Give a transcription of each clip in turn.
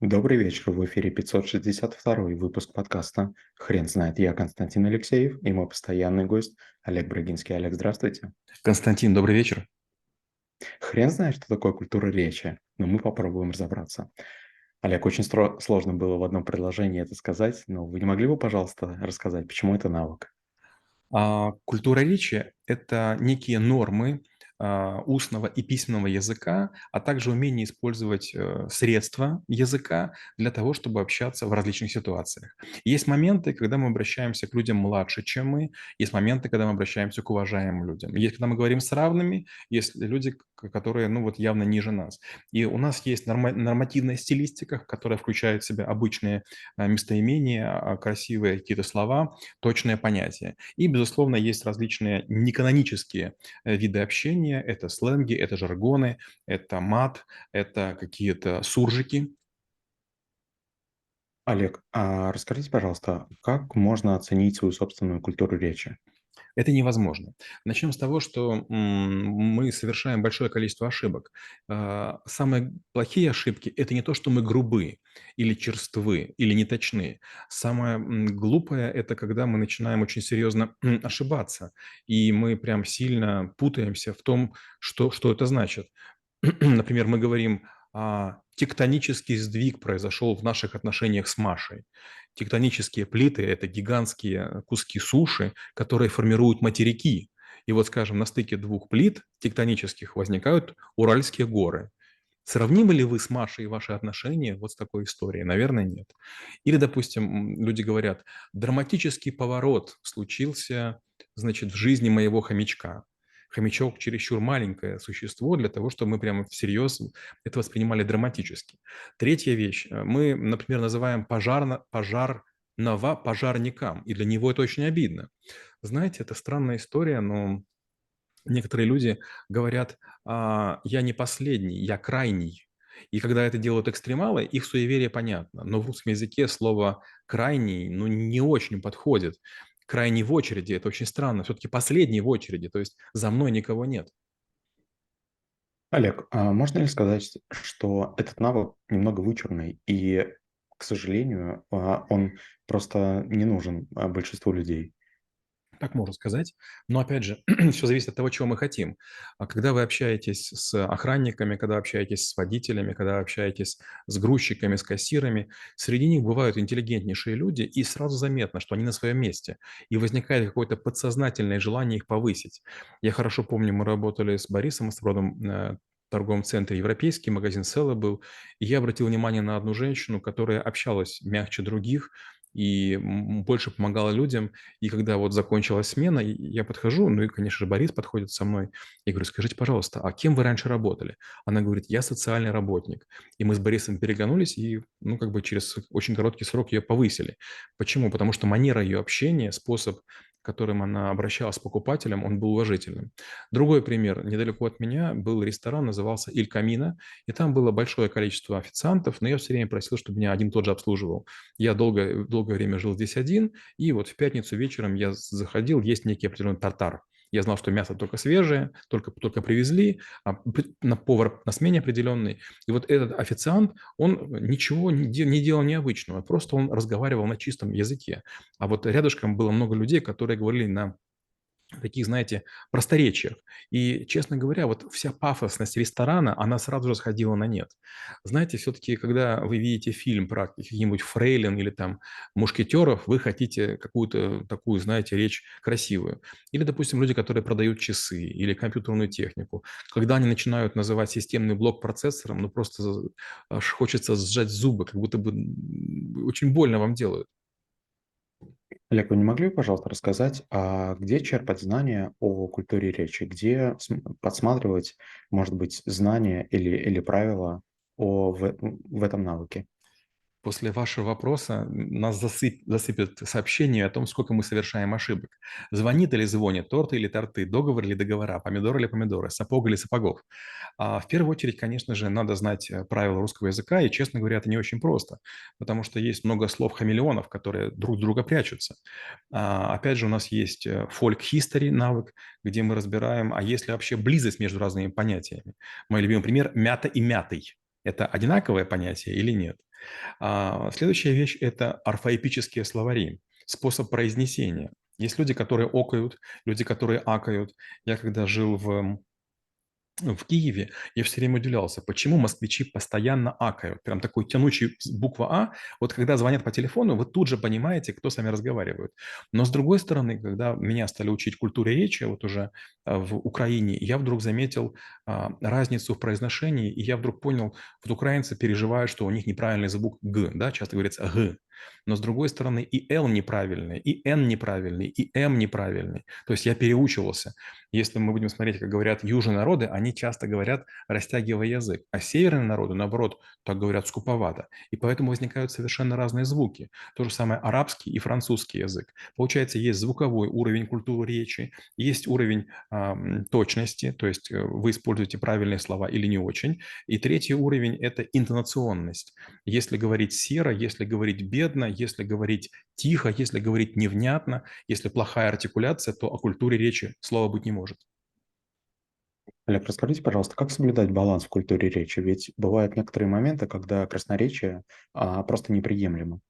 Добрый вечер, в эфире 562 выпуск подкаста «Хрен знает». Я Константин Алексеев и мой постоянный гость Олег Брагинский. Олег, здравствуйте. Константин, добрый вечер. Хрен знает, что такое культура речи, но мы попробуем разобраться. Олег, очень сложно было в одном предложении это сказать, но вы не могли бы, пожалуйста, рассказать, почему это навык? Культура речи– это некие нормы устного и письменного языка, а также умение использовать средства языка для того, чтобы общаться в различных ситуациях. Есть моменты, когда мы обращаемся к людям младше, чем мы, есть моменты, когда мы обращаемся к уважаемым людям. Есть, когда мы говорим с равными, есть люди, которые, ну вот, явно ниже нас. И у нас есть нормативная стилистика, которая включает в себя обычные местоимения, красивые какие-то слова, точное понятие. И, безусловно, есть различные неканонические виды общения. Это сленги, это жаргоны, это мат, это какие-то суржики. Олег, а расскажите, пожалуйста, как можно оценить свою собственную культуру речи? Это невозможно. Начнем с того, что мы совершаем большое количество ошибок. Самые плохие ошибки– это не то, что мы грубы или черствы, или неточны. Самое глупое– это когда мы начинаем очень серьезно ошибаться, и мы прям сильно путаемся в том, что это значит. Например, мы говорим, тектонический сдвиг произошел в наших отношениях с Машей. Тектонические плиты– это гигантские куски суши, которые формируют материки. И вот, скажем, на стыке двух плит тектонических возникают Уральские горы. Сравнимы ли вы с Машей ваши отношения вот с такой историей? Наверное, нет. Или, допустим, люди говорят, драматический поворот случился, значит, в жизни моего хомячка. Хомячок чересчур маленькое существо для того, чтобы мы прямо всерьез это воспринимали драматически. Третья вещь. Мы, например, называем пожарного пожарникам, и для него это очень обидно. Знаете, это странная история, но некоторые люди говорят, я не последний, я крайний. И когда это делают экстремалы, их суеверие понятно. Но в русском языке слово «крайний» ну, не очень подходит. Крайний в очереди– это очень странно. Все-таки последний в очереди, то есть за мной никого нет. Олег, а можно ли сказать, что этот навык немного вычурный и, к сожалению, он просто не нужен большинству людей? Так можно сказать. Но опять же, все зависит от того, чего мы хотим. А когда вы общаетесь с охранниками, когда общаетесь с водителями, когда общаетесь с грузчиками, с кассирами, среди них бывают интеллигентнейшие люди, и сразу заметно, что они на своем месте. И возникает какое-то подсознательное желание их повысить. Я хорошо помню, мы работали с Борисом Островодом в торговом центре «Европейский», магазин Села был, и я обратил внимание на одну женщину, которая общалась мягче других и больше помогала людям, и когда вот закончилась смена, я подхожу, ну и, конечно же, Борис подходит со мной. Я говорю, скажите, пожалуйста, а кем вы раньше работали? Она говорит, я социальный работник. И мы с Борисом переглянулись, и, ну, как бы через очень короткий срок ее повысили. Почему? Потому что манера ее общения, способ, которым она обращалась с покупателем, он был уважительным. Другой пример. Недалеко от меня был ресторан, назывался «Иль Камино», и там было большое количество официантов, но я все время просил, чтобы меня один и тот же обслуживал. Я долгое время жил здесь один, и вот в пятницу вечером я заходил, есть некий определенный тартар. Я знал, что мясо только свежее, только привезли, на повар на смене определенный. И вот этот официант, он ничего не делал необычного, просто он разговаривал на чистом языке. А вот рядышком было много людей, которые говорили на таких, знаете, просторечиях. И, честно говоря, вот вся пафосность ресторана, она сразу же сходила на нет. Знаете, все-таки, когда вы видите фильм про каких-нибудь фрейлин или там мушкетеров, вы хотите какую-то такую, знаете, речь красивую. Или, допустим, люди, которые продают часы или компьютерную технику. Когда они начинают называть системный блок процессором, ну просто аж хочется сжать зубы, как будто бы очень больно вам делают. Олег, вы не могли бы, пожалуйста, рассказать, где черпать знания о культуре речи, где подсматривать, может быть, знания или правила в этом навыке? После вашего вопроса нас засыпят сообщения о том, сколько мы совершаем ошибок. Звонит или звонит, торты или торты, договор или договора, помидоры или помидоры, сапог или сапогов. В первую очередь, конечно же, надо знать правила русского языка, и, честно говоря, это не очень просто, потому что есть много слов-хамелеонов, которые друг друга прячутся. Опять же, у нас есть folk-history навык, где мы разбираем, а есть ли вообще близость между разными понятиями. Мой любимый пример– мята и мятый. Это одинаковое понятие или нет? Следующая вещь – это орфоэпические словари, способ произнесения. Есть люди, которые окают, люди, которые акают. Я когда жил в Киеве, я все время удивлялся, почему москвичи постоянно акают. Прям такой тянучий буква «А». Вот когда звонят по телефону, вы тут же понимаете, кто с вами разговаривает. Но с другой стороны, когда меня стали учить культуре речи, вот уже в Украине, я вдруг заметил разницу в произношении, и я вдруг понял, вот украинцы переживают, что у них неправильный звук «г», да, часто говорится «г». Но с другой стороны и «л» неправильный, и «н» неправильный, и «м» неправильный. То есть я переучивался. Если мы будем смотреть, как говорят южные народы, они часто говорят, растягивая язык, а северные народы, наоборот, так говорят скуповато. И поэтому возникают совершенно разные звуки. То же самое арабский и французский язык. Получается, есть звуковой уровень культуры речи, есть уровень точности, то есть вы используете правильные слова или не очень. И третий уровень – это интонационность. Если говорить серо, если говорить бедно, если говорить тихо, если говорить невнятно, если плохая артикуляция, то о культуре речи слова быть не может. Олег, расскажите, пожалуйста, как соблюдать баланс в культуре речи? Ведь бывают некоторые моменты, когда красноречие просто неприемлемо.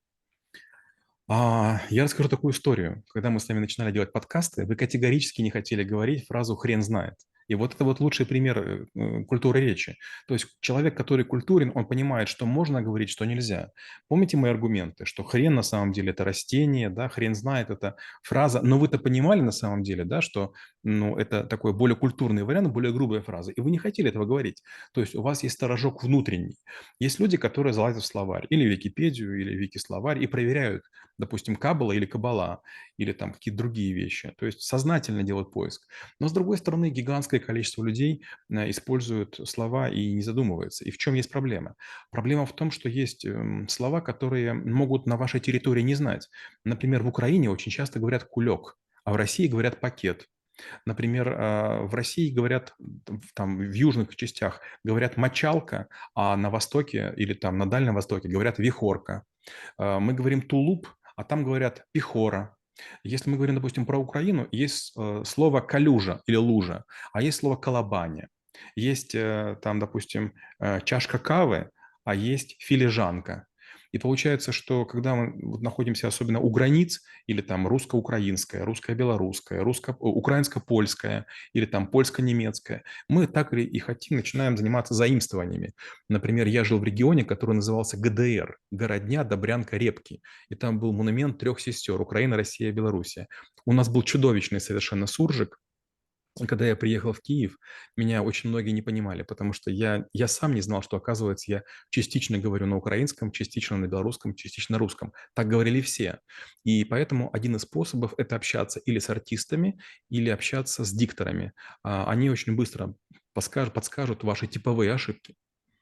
Я расскажу такую историю. Когда мы с вами начинали делать подкасты, вы категорически не хотели говорить фразу «хрен знает». И вот это вот лучший пример культуры речи. То есть человек, который культурен, он понимает, что можно говорить, что нельзя. Помните мои аргументы, что хрен на самом деле это растение, да, хрен знает это фраза, но вы-то понимали на самом деле, да, что ну, это такой более культурный вариант, более грубая фраза, и вы не хотели этого говорить. То есть у вас есть сторожок внутренний. Есть люди, которые залазят в словарь или в Википедию, или в Вики-словарь и проверяют, допустим, Каббала или Каббала, или там какие-то другие вещи. То есть сознательно делают поиск. Но, с другой стороны, гигантское количество людей используют слова и не задумываются. И в чем есть проблема? Проблема в том, что есть слова, которые могут на вашей территории не знать. Например, в Украине очень часто говорят «кулек», а в России говорят «пакет». Например, в России говорят, там в южных частях говорят «мочалка», а на Востоке или там на Дальнем Востоке говорят «вихорка». Мы говорим «тулуп», а там говорят «пехора». Если мы говорим, допустим, про Украину, есть слово «калюжа» или «лужа», а есть слово «колобаня». Есть там, допустим, чашка кавы, а есть филижанка. И получается, что когда мы вот находимся особенно у границ, или там русско-украинская, русско-белорусская, украинско-польская, или там польско-немецкая, мы так и хотим, начинаем заниматься заимствованиями. Например, я жил в регионе, который назывался ГДР, Городня, Добрянка, Репки. И там был монумент трех сестер – Украина, Россия, Белоруссия. У нас был чудовищный совершенно суржик. И когда я приехал в Киев, меня очень многие не понимали, потому что я сам не знал, что, оказывается, я частично говорю на украинском, частично на белорусском, частично на русском. Так говорили все. И поэтому один из способов – это общаться или с артистами, или общаться с дикторами. Они очень быстро подскажут ваши типовые ошибки.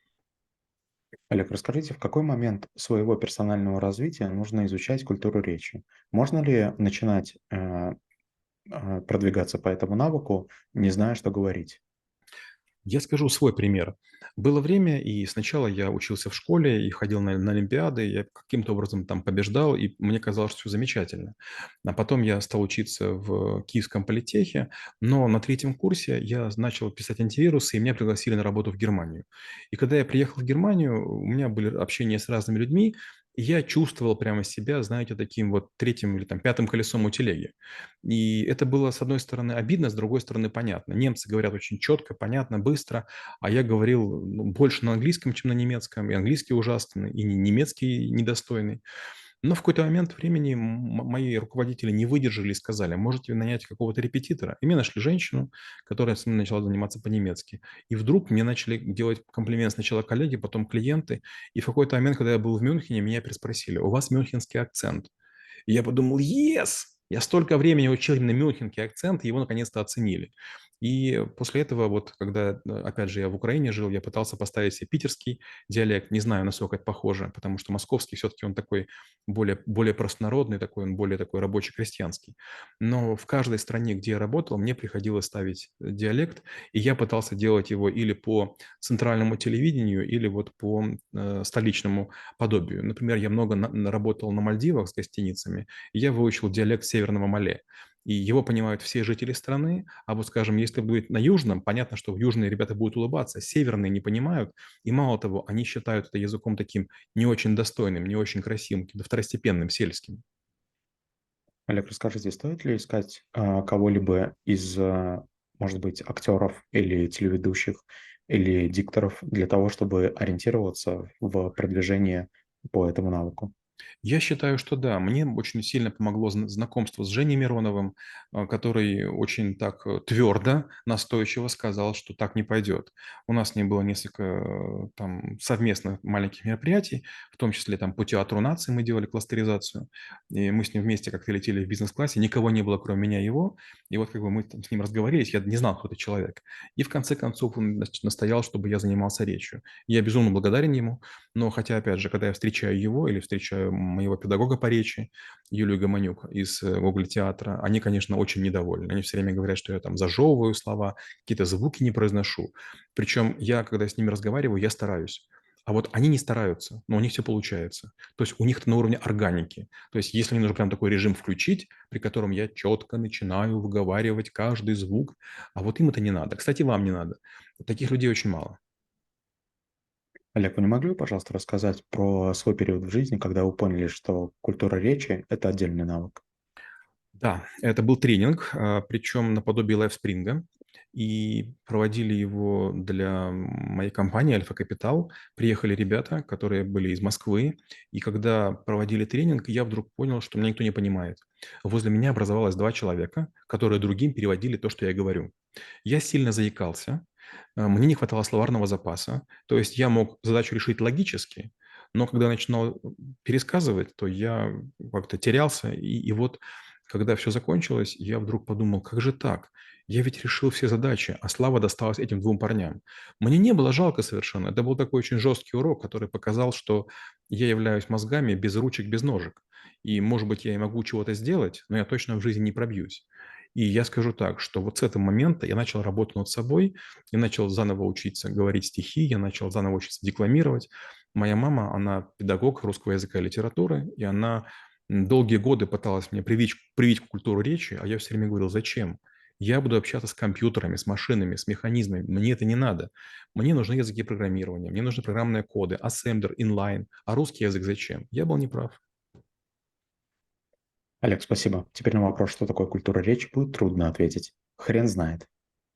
Олег, расскажите, в какой момент своего персонального развития нужно изучать культуру речи? Можно ли начинать продвигаться по этому навыку, не зная, что говорить? Я скажу свой пример. Было время, и сначала я учился в школе и ходил на олимпиады, я каким-то образом там побеждал, и мне казалось, что все замечательно. А потом я стал учиться в Киевском политехе, но на третьем курсе я начал писать антивирусы, и меня пригласили на работу в Германию. И когда я приехал в Германию, у меня были общения с разными людьми, и я чувствовал прямо себя, знаете, таким вот третьим или там пятым колесом у телеги. И это было, с одной стороны, обидно, с другой стороны, понятно. Немцы говорят очень четко, понятно, быстро, а я говорил больше на английском, чем на немецком, и английский ужасный, и немецкий недостойный. Но в какой-то момент времени мои руководители не выдержали и сказали: можете нанять какого-то репетитора. И мне нашли женщину, которая со мной начала заниматься по-немецки. И вдруг мне начали делать комплимент сначала коллеги, потом клиенты. И в какой-то момент, когда я был в Мюнхене, меня переспросили: у вас мюнхенский акцент? И я подумал: yes! Я столько времени учил именно мюнхенский акцент, и его наконец-то оценили. И после этого, вот когда, опять же, я в Украине жил, я пытался поставить себе питерский диалект. Не знаю, насколько это похоже, потому что московский все-таки он такой более простонародный, такой, он более такой рабочий-крестьянский. Но в каждой стране, где я работал, мне приходилось ставить диалект, и я пытался делать его или по центральному телевидению, или вот по столичному подобию. Например, я много работал на Мальдивах с гостиницами, и я выучил диалект Северного Мале. и его понимают все жители страны. А вот, скажем, если будет на южном, понятно, что южные ребята будут улыбаться, северные не понимают, и мало того, они считают это языком таким не очень достойным, не очень красивым, каким-то второстепенным, сельским. Олег, расскажите, стоит ли искать кого-либо из, может быть, актеров или телеведущих или дикторов для того, чтобы ориентироваться в продвижении по этому навыку? Я считаю, что да. Мне очень сильно помогло знакомство с Женей Мироновым, который очень так твердо, настойчиво сказал, что так не пойдет. У нас не было несколько там совместных маленьких мероприятий, в том числе там по театру нации мы делали кластеризацию, и мы с ним вместе как-то летели в бизнес-классе, никого не было, кроме меня и его, и вот как бы мы там с ним разговорились, я не знал, кто это человек. И в конце концов он настоял, чтобы я занимался речью. Я безумно благодарен ему, но хотя, опять же, когда я встречаю его или встречаю моего педагога по речи, Юлию Гомонюк из Гоголь-театра, они, конечно, очень недовольны. Они все время говорят, что я там зажевываю слова, какие-то звуки не произношу. Причем я, когда с ними разговариваю, я стараюсь. А вот они не стараются, но у них все получается. То есть у них это на уровне органики. То есть если мне нужно прям такой режим включить, при котором я четко начинаю выговаривать каждый звук, а вот им это не надо. Кстати, вам не надо. Таких людей очень мало. Олег, вы не могли бы, пожалуйста, рассказать про свой период в жизни, когда вы поняли, что культура речи – это отдельный навык? Да, это был тренинг, причем наподобие лайфспринга. И проводили его для моей компании «Альфа Капитал». Приехали ребята, которые были из Москвы. И когда проводили тренинг, я вдруг понял, что меня никто не понимает. Возле меня образовалось два человека, которые другим переводили то, что я говорю. Я сильно заикался, мне не хватало словарного запаса. То есть я мог задачу решить логически, но когда начинал пересказывать, то я как-то терялся. И вот когда все закончилось, я вдруг подумал, как же так? Я ведь решил все задачи, а слава досталась этим двум парням. Мне не было жалко совершенно. Это был такой очень жесткий урок, который показал, что я являюсь мозгами без ручек, без ножек. И, может быть, я и могу чего-то сделать, но я точно в жизни не пробьюсь. И я скажу так, что вот с этого момента я начал работать над собой, я начал заново учиться говорить стихи, я начал заново учиться декламировать. Моя мама, она педагог русского языка и литературы, и она долгие годы пыталась мне привить культуру речи, а я все время говорил, зачем? Я буду общаться с компьютерами, с машинами, с механизмами. Мне это не надо. Мне нужны языки программирования, мне нужны программные коды, ассемблер, инлайн. А русский язык зачем? Я был неправ. Олег, спасибо. Теперь на вопрос, что такое культура речи, будет трудно ответить. Хрен знает.